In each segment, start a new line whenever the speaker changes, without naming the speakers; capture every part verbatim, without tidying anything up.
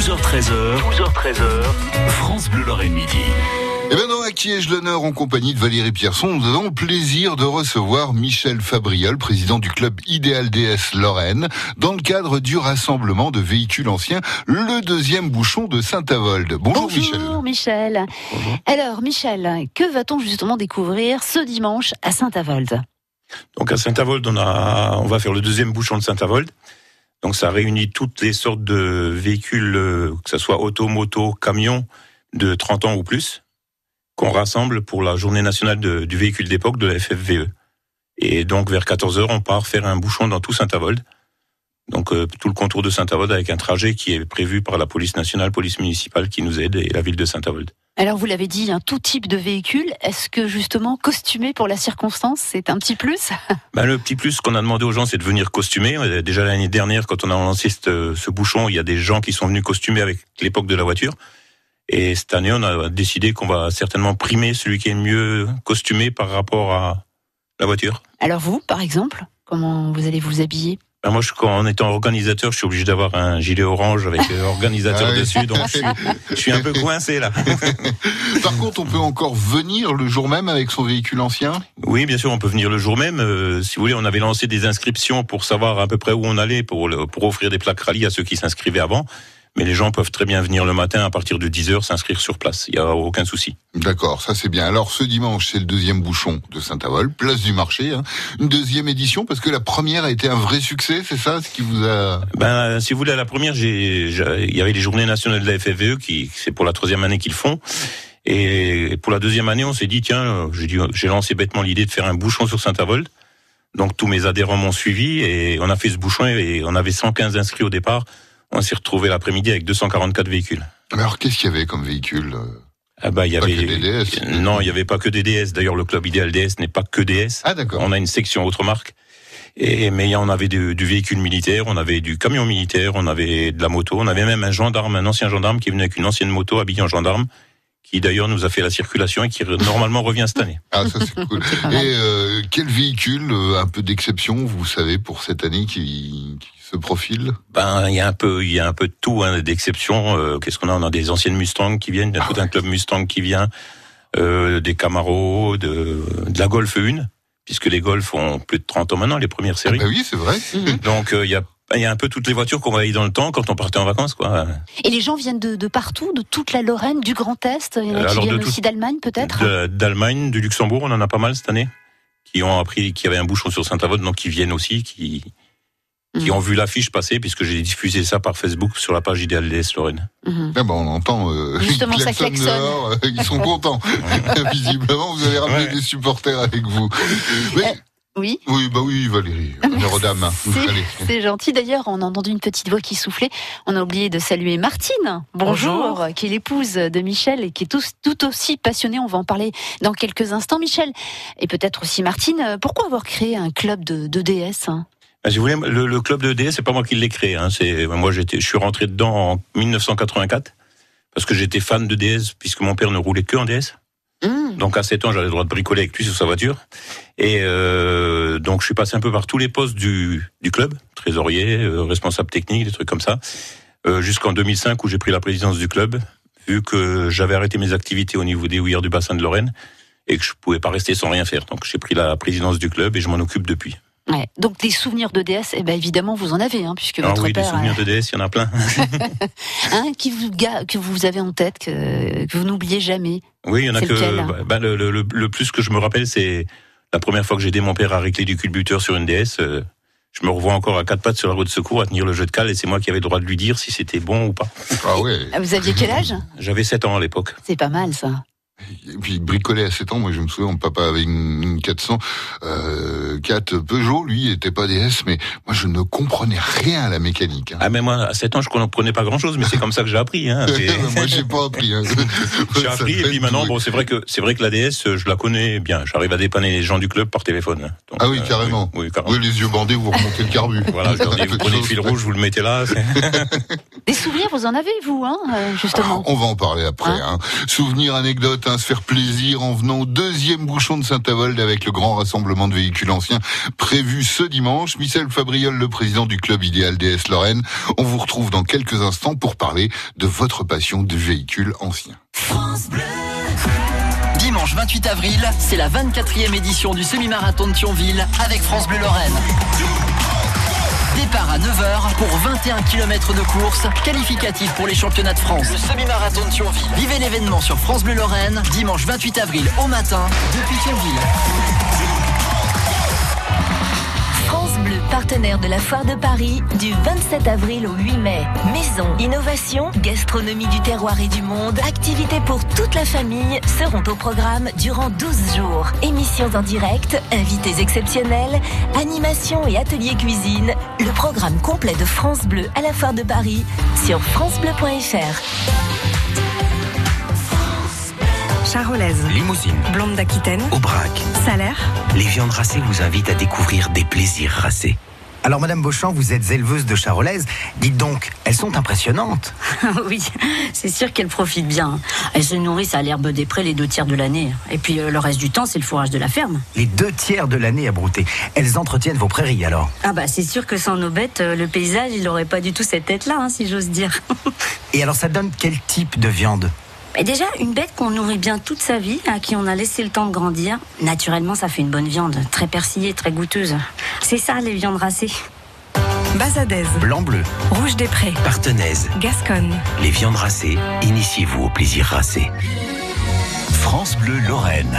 douze heures treize heures, douze heures treize heures, France Bleu Lorraine Midi.
Et bien dans À qui ai-je l'honneur en compagnie de Valérie Pierson, nous avons le plaisir de recevoir Michel Fabriol, président du club Idéal D S Lorraine, dans le cadre du rassemblement de véhicules anciens, le deuxième bouchon de Saint-Avold. Bonjour,
Bonjour
Michel.
Michel.
Bonjour.
Alors Michel, que va-t-on justement découvrir ce dimanche à Saint-Avold ?
Donc à Saint-Avold, on, a, on va faire le deuxième bouchon de Saint-Avold. Donc ça réunit toutes les sortes de véhicules, que ce soit auto, moto, camion, de trente ans ou plus, qu'on rassemble pour la journée nationale de, du véhicule d'époque de la F F V E. Et donc vers quatorze heures, on part faire un bouchon dans tout Saint-Avold. Donc euh, tout le contour de Saint-Avold avec un trajet qui est prévu par la police nationale, police municipale qui nous aide et la ville de Saint-Avold.
Alors vous l'avez dit, un tout type de véhicule. Est-ce que justement costumé pour la circonstance, c'est un petit plus ?
Ben, le petit plus qu'on a demandé aux gens, c'est de venir costumer. Déjà l'année dernière, quand on a lancé ce, ce bouchon, il y a des gens qui sont venus costumer avec l'époque de la voiture. Et cette année, on a décidé qu'on va certainement primer celui qui est mieux costumé par rapport à la voiture.
Alors vous, par exemple, comment vous allez vous habiller ?
Ben moi, je, en étant organisateur, je suis obligé d'avoir un gilet orange avec organisateur
Ah oui.
dessus, donc je suis, je suis un peu coincé là.
Par contre, on peut encore venir le jour même avec son véhicule ancien ?
Oui, bien sûr, on peut venir le jour même. Euh, si vous voulez, on avait lancé des inscriptions pour savoir à peu près où on allait, pour, le, pour offrir des plaques rallye à ceux qui s'inscrivaient avant. Mais les gens peuvent très bien venir le matin à partir de dix heures s'inscrire sur place. Il n'y a aucun souci.
D'accord, ça c'est bien. Alors ce dimanche, c'est le deuxième bouchon de Saint-Avold, place du marché. Hein. Une deuxième édition, parce que la première a été un vrai succès, c'est ça ce qui vous a...
Ben, si vous voulez, à la première, j'ai, j'ai, il y avait les journées nationales de la F F V E, qui c'est pour la troisième année qu'ils font. Et pour la deuxième année, on s'est dit, tiens, j'ai, dit, j'ai lancé bêtement l'idée de faire un bouchon sur Saint-Avold. Donc tous mes adhérents m'ont suivi et on a fait ce bouchon et on avait cent quinze inscrits au départ. On s'est retrouvé l'après-midi avec deux cent quarante-quatre véhicules.
Alors qu'est-ce qu'il y avait comme véhicule ?
Ah bah, il y
Pas
avait
que des D S.
Non, il y avait pas que des D S. D'ailleurs, le club Idéal D S n'est pas que D S.
Ah d'accord.
On a une section autre marque. Et mais on avait du, du véhicule militaire, on avait du camion militaire, on avait de la moto, on avait même un gendarme, un ancien gendarme qui est venu avec une ancienne moto habillée en gendarme, qui d'ailleurs nous a fait la circulation et qui normalement revient cette année.
Ah ça c'est cool. Et euh, quel véhicule, euh, un peu d'exception, vous savez, pour cette année qui, qui se profile ?
Ben il y a un peu, il y a un peu de tout, hein, d'exception. Euh, qu'est-ce qu'on a ? On a des anciennes Mustang qui viennent, il y a
Ah
tout
ouais.
un club Mustang qui vient, euh, des Camaro, de, de la Golf un, puisque les Golf ont plus de trente ans maintenant, les premières
Ah
séries.
bah oui, c'est vrai.
Donc il euh, y a il y a un peu toutes les voitures qu'on voyait dans le temps quand on partait en vacances, quoi.
Et les gens viennent de, de partout, de toute la Lorraine, du Grand Est. Il y en a
Euh,
qui
alors,
viennent
de
aussi
tout-
d'Allemagne peut-être ?
De- D'Allemagne, du Luxembourg, on en a pas mal cette année, qui ont appris qu'il y avait un bouchon sur Saint-Avold, donc qui viennent aussi, qui, qui
Mhm.
ont vu l'affiche passer, puisque j'ai diffusé ça par Facebook sur la page Idéal D S Lorraine.
Mhm.
Ah bah on entend euh,
Justement,
ils
ça
klaxonnent
klaxonne.
dehors, euh, ils sont contents. Visiblement, vous avez ramené
Ouais.
des supporters avec vous. Mais,
Euh, Oui.
oui, bah oui, Valérie, honneur aux dames. Vous
C'est-
allez.
C'est gentil. D'ailleurs, on a entendu une petite voix qui soufflait. On a oublié de saluer Martine. Bonjour.
Bonjour.
Qui est l'épouse de Michel et qui est tout, tout aussi passionnée. On va en parler dans quelques instants. Michel, et peut-être aussi Martine, pourquoi avoir créé un club de, de D S hein
Ah, si vous voulez, le, le club de D S, c'est pas moi qui l'ai créé. Hein, c'est moi, j'étais, je suis rentré dedans en dix-neuf cent quatre-vingt-quatre parce que j'étais fan de D S, puisque mon père ne roulait que en D S.
Mmh.
Donc à sept ans, j'avais le droit de bricoler avec lui sur sa voiture. Et euh, donc je suis passé un peu par tous les postes du, du club, trésorier, euh, responsable technique, des trucs comme ça, euh, jusqu'en deux mille cinq où j'ai pris la présidence du club, vu que j'avais arrêté mes activités au niveau des houillères du bassin de Lorraine et que je pouvais pas rester sans rien faire. Donc j'ai pris la présidence du club et je m'en occupe depuis.
Ouais. Donc des souvenirs de D S, eh ben évidemment vous en avez, hein, puisque
Ah
votre
oui, des
père,
souvenirs de D S, il y en a plein.
hein, qui vous ga- que vous avez en tête, que, que vous n'oubliez jamais.
Oui, il y en a
C'est
que.
lequel
bah, bah, le, le, le plus que je me rappelle, c'est la première fois que j'ai aidé mon père à régler du culbuteur sur une D S. Euh, je me revois encore à quatre pattes sur la roue de secours à tenir le jeu de cale et c'est moi qui avais le droit de lui dire si c'était bon ou pas.
Ah ouais.
Ah, Vous aviez quel âge ?
J'avais sept ans à l'époque.
C'est pas mal ça.
Et puis bricoler à sept ans, moi je me souviens, mon papa avait une, une quatre cents, euh, quatre Peugeot, lui il était pas D S, mais moi je ne comprenais rien à la mécanique. Hein.
Ah mais moi à sept ans je comprenais pas grand chose, mais c'est comme ça que j'ai appris. Hein. C'est-
Moi j'ai pas appris. Hein.
J'ai
Ça
appris et
fait
puis maintenant
tout.
bon c'est vrai que c'est vrai que la D S je la connais bien. J'arrive à dépanner les gens du club par téléphone. Donc,
Ah oui, carrément.
Euh, oui, oui, carrément.
Oui, les yeux bandés, vous remontez le carbu.
Voilà, je leur dis, vous prenez le fil rouge, vous le mettez là. c'est-
Des souvenirs, vous en avez vous, hein, euh, justement.
Ah, on va en parler après. Hein. Souvenirs, anecdotes, hein, se faire plaisir en venant au deuxième bouchon de Saint-Avold avec le grand rassemblement de véhicules anciens prévu ce dimanche. Michel Fabriol, le président du club Idéal D S Lorraine. On vous retrouve dans quelques instants pour parler de votre passion des véhicules anciens.
France Bleu. Dimanche vingt-huit avril, c'est la vingt-quatrième édition du semi-marathon de Thionville avec France Bleu Lorraine. Départ à neuf heures pour vingt et un kilomètres de course, qualificatif pour les championnats de France. Le semi-marathon de Thionville. Vivez l'événement sur France Bleu Lorraine, dimanche vingt-huit avril au matin, depuis Thionville.
France Bleu, partenaire de la Foire de Paris, du vingt-sept avril au huit mai. Maison, innovation, gastronomie du terroir et du monde, activités pour toute la famille seront au programme durant douze jours. Émissions en direct, invités exceptionnels, animations et ateliers cuisine. Le programme complet de France Bleu à la Foire de Paris sur francebleu point fr.
Charolaise,
Limousine,
Blonde d'Aquitaine,
Aubrac,
Salaire.
les viandes racées vous invitent à découvrir des plaisirs racés. Alors Madame Beauchamp, vous êtes éleveuse de charolaises. Dites donc, elles sont impressionnantes.
Oui, c'est sûr qu'elles profitent bien. Elles se nourrissent à l'herbe des prés les deux tiers de l'année. Et puis euh, le reste du temps, c'est le fourrage de la ferme.
Les deux tiers de l'année à brouter. Elles entretiennent vos prairies alors.
Ah bah c'est sûr que sans nos bêtes, euh, le paysage, il n'aurait pas du tout cette tête-là, hein, si j'ose dire.
Et alors ça donne quel type de viande ?
Et déjà, une bête qu'on nourrit bien toute sa vie, à qui on a laissé le temps de grandir, naturellement, ça fait une bonne viande, très persillée, très goûteuse. C'est ça, les viandes racées.
Bazadaise,
Blanc-bleu,
Rouge des Prés,
Partenaise,
Gasconne.
les viandes racées, initiez-vous au plaisir racé.
France Bleu Lorraine.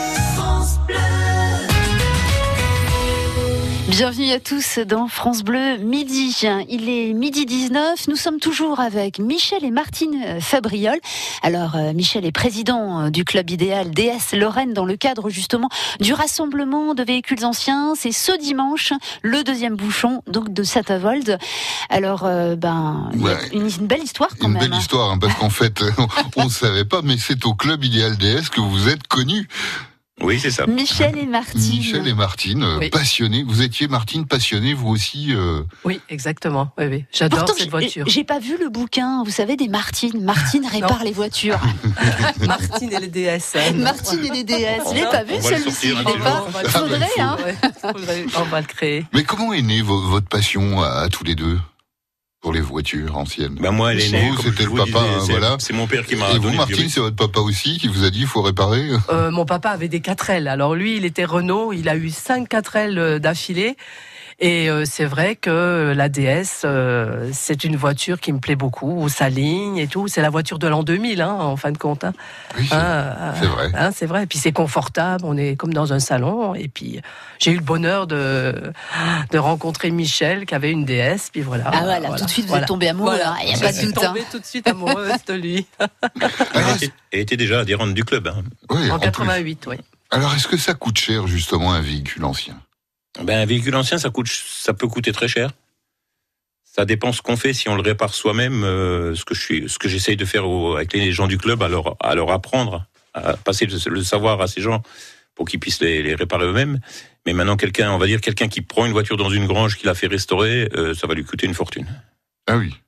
Bienvenue à tous dans France Bleu Midi. Il est midi dix-neuf. Nous sommes toujours avec Michel et Martine Fabriol. Alors, euh, Michel est président du club Idéal D S Lorraine dans le cadre justement du rassemblement de véhicules anciens. C'est ce dimanche, le deuxième bouchon donc de Saint-Avold. Alors, euh, ben, il y a une, une belle histoire quand
une
même.
Une belle histoire, hein, parce qu'en fait, on ne savait pas, mais c'est au club Idéal D S que vous êtes connus.
Oui, c'est ça.
Michel et Martine.
Michel et Martine, euh,
Oui.
passionnés. Vous étiez, Martine, passionnée, vous aussi euh...
Oui, exactement. Oui, oui. J'adore
Pourtant,
cette
j'ai-
voiture.
J'ai pas vu le bouquin, vous savez, des Martines. Martine répare les voitures.
Martine et les D S.
Martine et les D S. Je l'ai pas vu
On va le
celui-ci.
sortir
Je
un
l'ai
petit
pas.
jour.
On va le
Faudrait,
créer.
hein.
Ouais, faudrait- on va le créer.
Mais comment est née vo- votre passion à, à tous les deux pour les voitures anciennes?
Ben moi, elle est
Vous,
née, comme
c'était
je
le
vous
papa,
disais,
hein,
c'est,
voilà.
c'est mon père qui m'a
Et vous,
donné le
Martine,
virus.
c'est votre papa aussi qui vous a dit il faut réparer?
Euh, mon papa avait des quatre L. Alors lui, il était Renault. Il a eu cinq quatre L d'affilée. Et euh, c'est vrai que la D S, euh, c'est une voiture qui me plaît beaucoup. Sa ligne et tout. C'est la voiture de l'an deux mille, hein, en fin de compte. Hein.
Oui, c'est,
Hein,
c'est vrai.
Hein, c'est vrai. Et puis c'est confortable. On est comme dans un salon. Et puis j'ai eu le bonheur de de rencontrer Michel qui avait une D S. Puis voilà.
Ah voilà, tout de suite vous
Voilà.
êtes tombé amoureux,
Voilà.
il n'y a
Je
pas de
suis
doute. Hein.
tombée tout de suite amoureuse de lui.
Elle était, elle était déjà adhérente du club. Hein.
Oui,
En
en plus.
quatre-vingt-huit, oui.
Alors, est-ce que ça coûte cher, justement, un véhicule ancien?
Ben, un véhicule ancien, ça coûte, ça peut coûter très cher. Ça dépend ce qu'on fait. Si on le répare soi-même, euh, ce que je suis, ce que j'essaye de faire au- avec les gens du club, à leur, à leur apprendre, à passer le, le savoir à ces gens pour qu'ils puissent les, les réparer eux-mêmes. Mais maintenant, quelqu'un, on va dire quelqu'un qui prend une voiture dans une grange, qui la fait restaurer, euh, ça va lui coûter une fortune.
Ah oui.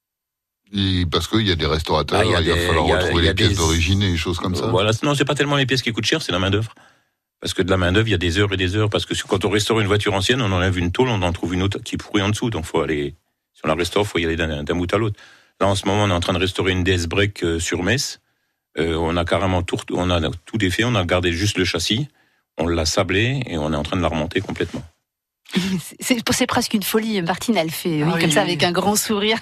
Et parce qu'il y a des restaurateurs,
Ah, il y a
il va
des-
falloir
il y a-
retrouver
il y a
les pièces
des-
d'origine et des choses comme ça.
Voilà. Non, c'est pas tellement les pièces qui coûtent cher, c'est la main d'œuvre. Parce que de la main d'œuvre, il y a des heures et des heures. Parce que quand on restaure une voiture ancienne, on enlève une tôle, on en trouve une autre qui est pourrie en dessous. Donc faut aller, si on la restaure, faut y aller d'un, d'un bout à l'autre. Là, en ce moment, on est en train de restaurer une D S Break euh, sur Metz. Euh, on a carrément tout, on a tout défait. On a gardé juste le châssis. On l'a sablé et on est en train de la remonter complètement.
C'est, c'est presque une folie. Martine, elle fait oui,
Ah oui,
comme ça
oui.
avec un grand sourire.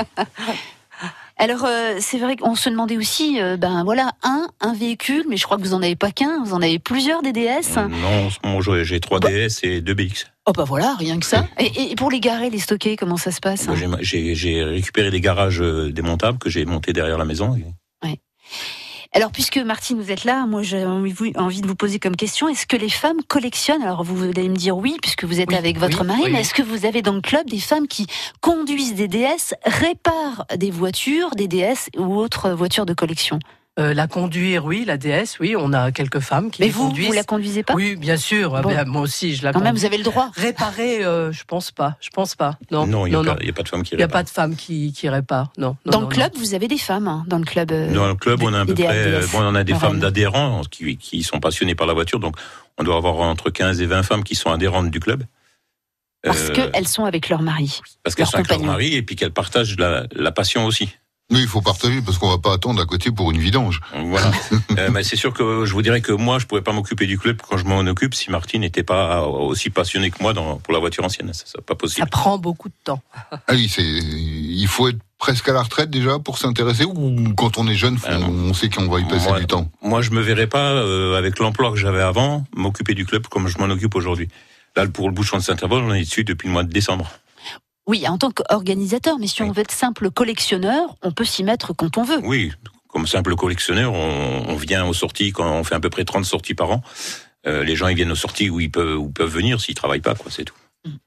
Alors, euh, c'est vrai qu'on se demandait aussi, euh, ben voilà, un, un véhicule, mais je crois que vous en avez pas qu'un, vous en avez plusieurs des D S.
Non, en ce moment, j'ai j'ai trois D S et deux B X.
Oh bah voilà, rien que ça. Et, et pour les garer, les stocker, comment ça se passe?
Moi, j'ai, j'ai, j'ai récupéré des garages euh, démontables que j'ai montés derrière la maison.
Alors, puisque Martine, vous êtes là, moi j'ai envie envie de vous poser comme question, est-ce que les femmes collectionnent? Alors, vous allez me dire oui, puisque vous êtes
Oui,
avec votre
oui,
mari,
oui,
mais
oui.
est-ce que vous avez dans le club des femmes qui conduisent des D S, réparent des voitures, des D S ou autres voitures de collection?
Euh, la conduire, oui, la D S, oui, on a quelques femmes qui
Mais
les
vous,
conduisent.
vous la conduisez pas?
Oui, bien sûr.
Bon.
Bien, moi aussi, je la
Quand
conduis.
même, vous avez le droit.
Réparer, euh, je pense pas. Je pense pas. Non,
Non, il n'y a,
non,
pas- il y a pas de femme qui
Il n'y a
répare.
pas de femmes qui, qui réparent. Non. non
Dans
non,
le club, vous avez des femmes, hein, dans le club. euh,
Dans le club, on a à peu
idéal
près,
D S,
bon, on a des
Lorraine.
femmes d'adhérents qui, qui sont passionnées par la voiture, donc on doit avoir entre quinze et vingt femmes qui sont adhérentes du club.
Parce
Euh,
qu'elles sont avec leur mari.
Parce qu'elles
leur
sont avec leur
compagnon.
mari et puis qu'elles partagent la, la passion aussi.
Mais il faut partager parce qu'on va pas attendre à côté pour une vidange.
Voilà. euh, mais c'est sûr que je vous dirais que moi, je pourrais pas m'occuper du club quand je m'en occupe si Martine n'était pas aussi passionnée que moi dans, pour la voiture ancienne. Ça, c'est pas possible.
Ça prend beaucoup de temps.
Ah oui, c'est, il faut être presque à la retraite déjà pour s'intéresser ou quand on est jeune, faut-
Ah non.
on sait qu'on va y passer
Moi-
du temps.
Moi, je me verrais pas, euh, avec l'emploi que j'avais avant, m'occuper du club comme je m'en occupe aujourd'hui. Là, pour le bouchon de Saint-Avold, on est dessus depuis le mois de décembre.
Oui, en tant qu'organisateur, mais si on veut être simple collectionneur, on peut s'y mettre quand on veut.
Oui, comme simple collectionneur, on, on vient aux sorties, quand on fait à peu près trente sorties par an. Euh, les gens, ils viennent aux sorties où ils peuvent, où peuvent venir s'ils travaillent pas, quoi, c'est tout.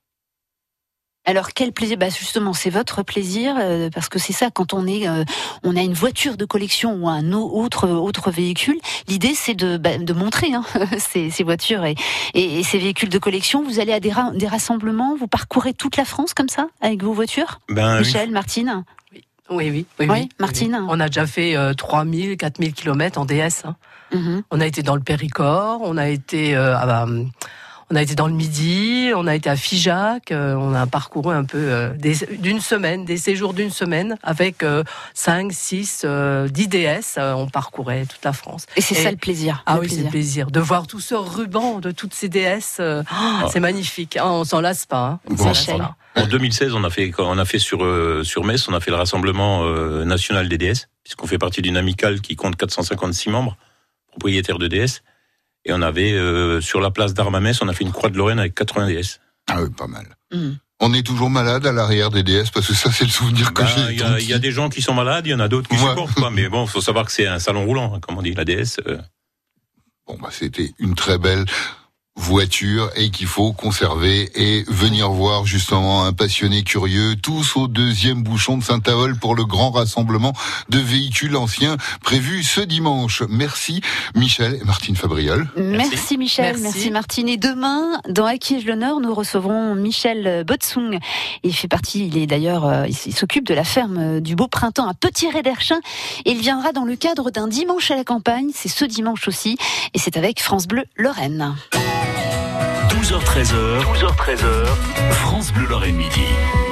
Alors quel plaisir, bah justement c'est votre plaisir euh, parce que c'est ça quand on est euh, on a une voiture de collection ou un autre autre véhicule, l'idée c'est de bah, de montrer hein, ces, ces voitures et, et, et ces véhicules de collection. Vous allez à des, ra- des rassemblements, vous parcourez toute la France comme ça avec vos voitures.
Ben,
Michel, Martine.
Oui, oui, oui. oui,
Oui,
oui,
Martine.
oui. On a déjà fait euh, trois mille, quatre mille kilomètres en D S. Hein.
Mhm.
On a été dans le Périgord, on a été, euh, à, bah, on a été dans le Midi, on a été à Figeac, euh, on a parcouru un peu euh, des, d'une semaine, des séjours d'une semaine avec euh, cinq, six, dix D S. Euh, on parcourait toute la France.
Et c'est
Et-
ça le plaisir.
Ah
le
oui,
plaisir.
c'est le plaisir de voir tout ce ruban de toutes ces D S. euh, oh, c'est magnifique. Hein, on s'en lasse pas. Hein. On s'en
Bon,
lasse
Michel.
pas.
En deux mille seize, on a fait, on a fait sur, euh, sur Metz, on a fait le rassemblement euh, national des D S, puisqu'on fait partie d'une amicale qui compte quatre cent cinquante-six membres, propriétaires de D S. Et on avait, euh, sur la place d'Armes à Metz, on a fait une croix de Lorraine avec quatre-vingts D S.
Ah oui, pas mal.
Mhm.
On est toujours malade à l'arrière des D S parce que ça c'est le souvenir que
Ben,
j'ai.
Il y, a- il y a des gens qui sont malades, il y en a d'autres qui
Ouais.
supportent, quoi. Mais bon, faut savoir que c'est un salon roulant, hein, comme on dit, la D S. euh.
Bon bah c'était une très belle voiture et qu'il faut conserver et venir voir justement un passionné curieux tous au deuxième bouchon de Saint-Avold pour le grand rassemblement de véhicules anciens prévu ce dimanche. Merci Michel et Martine Fabriol.
Merci,
Merci.
Michel,
Merci.
merci Martine. Et demain, dans À qui ai-je l'honneur, nous recevrons Michel Botsung. Il fait partie, il est d'ailleurs, euh, il, s- il s'occupe de la ferme du Beau Printemps à Petit-Ré-d'Erchin. Et il viendra dans le cadre d'un dimanche à la campagne. C'est ce dimanche aussi. Et c'est avec France Bleu Lorraine.
douze heures treize heures, douze heures treize heures, France Bleu Lorraine Midi.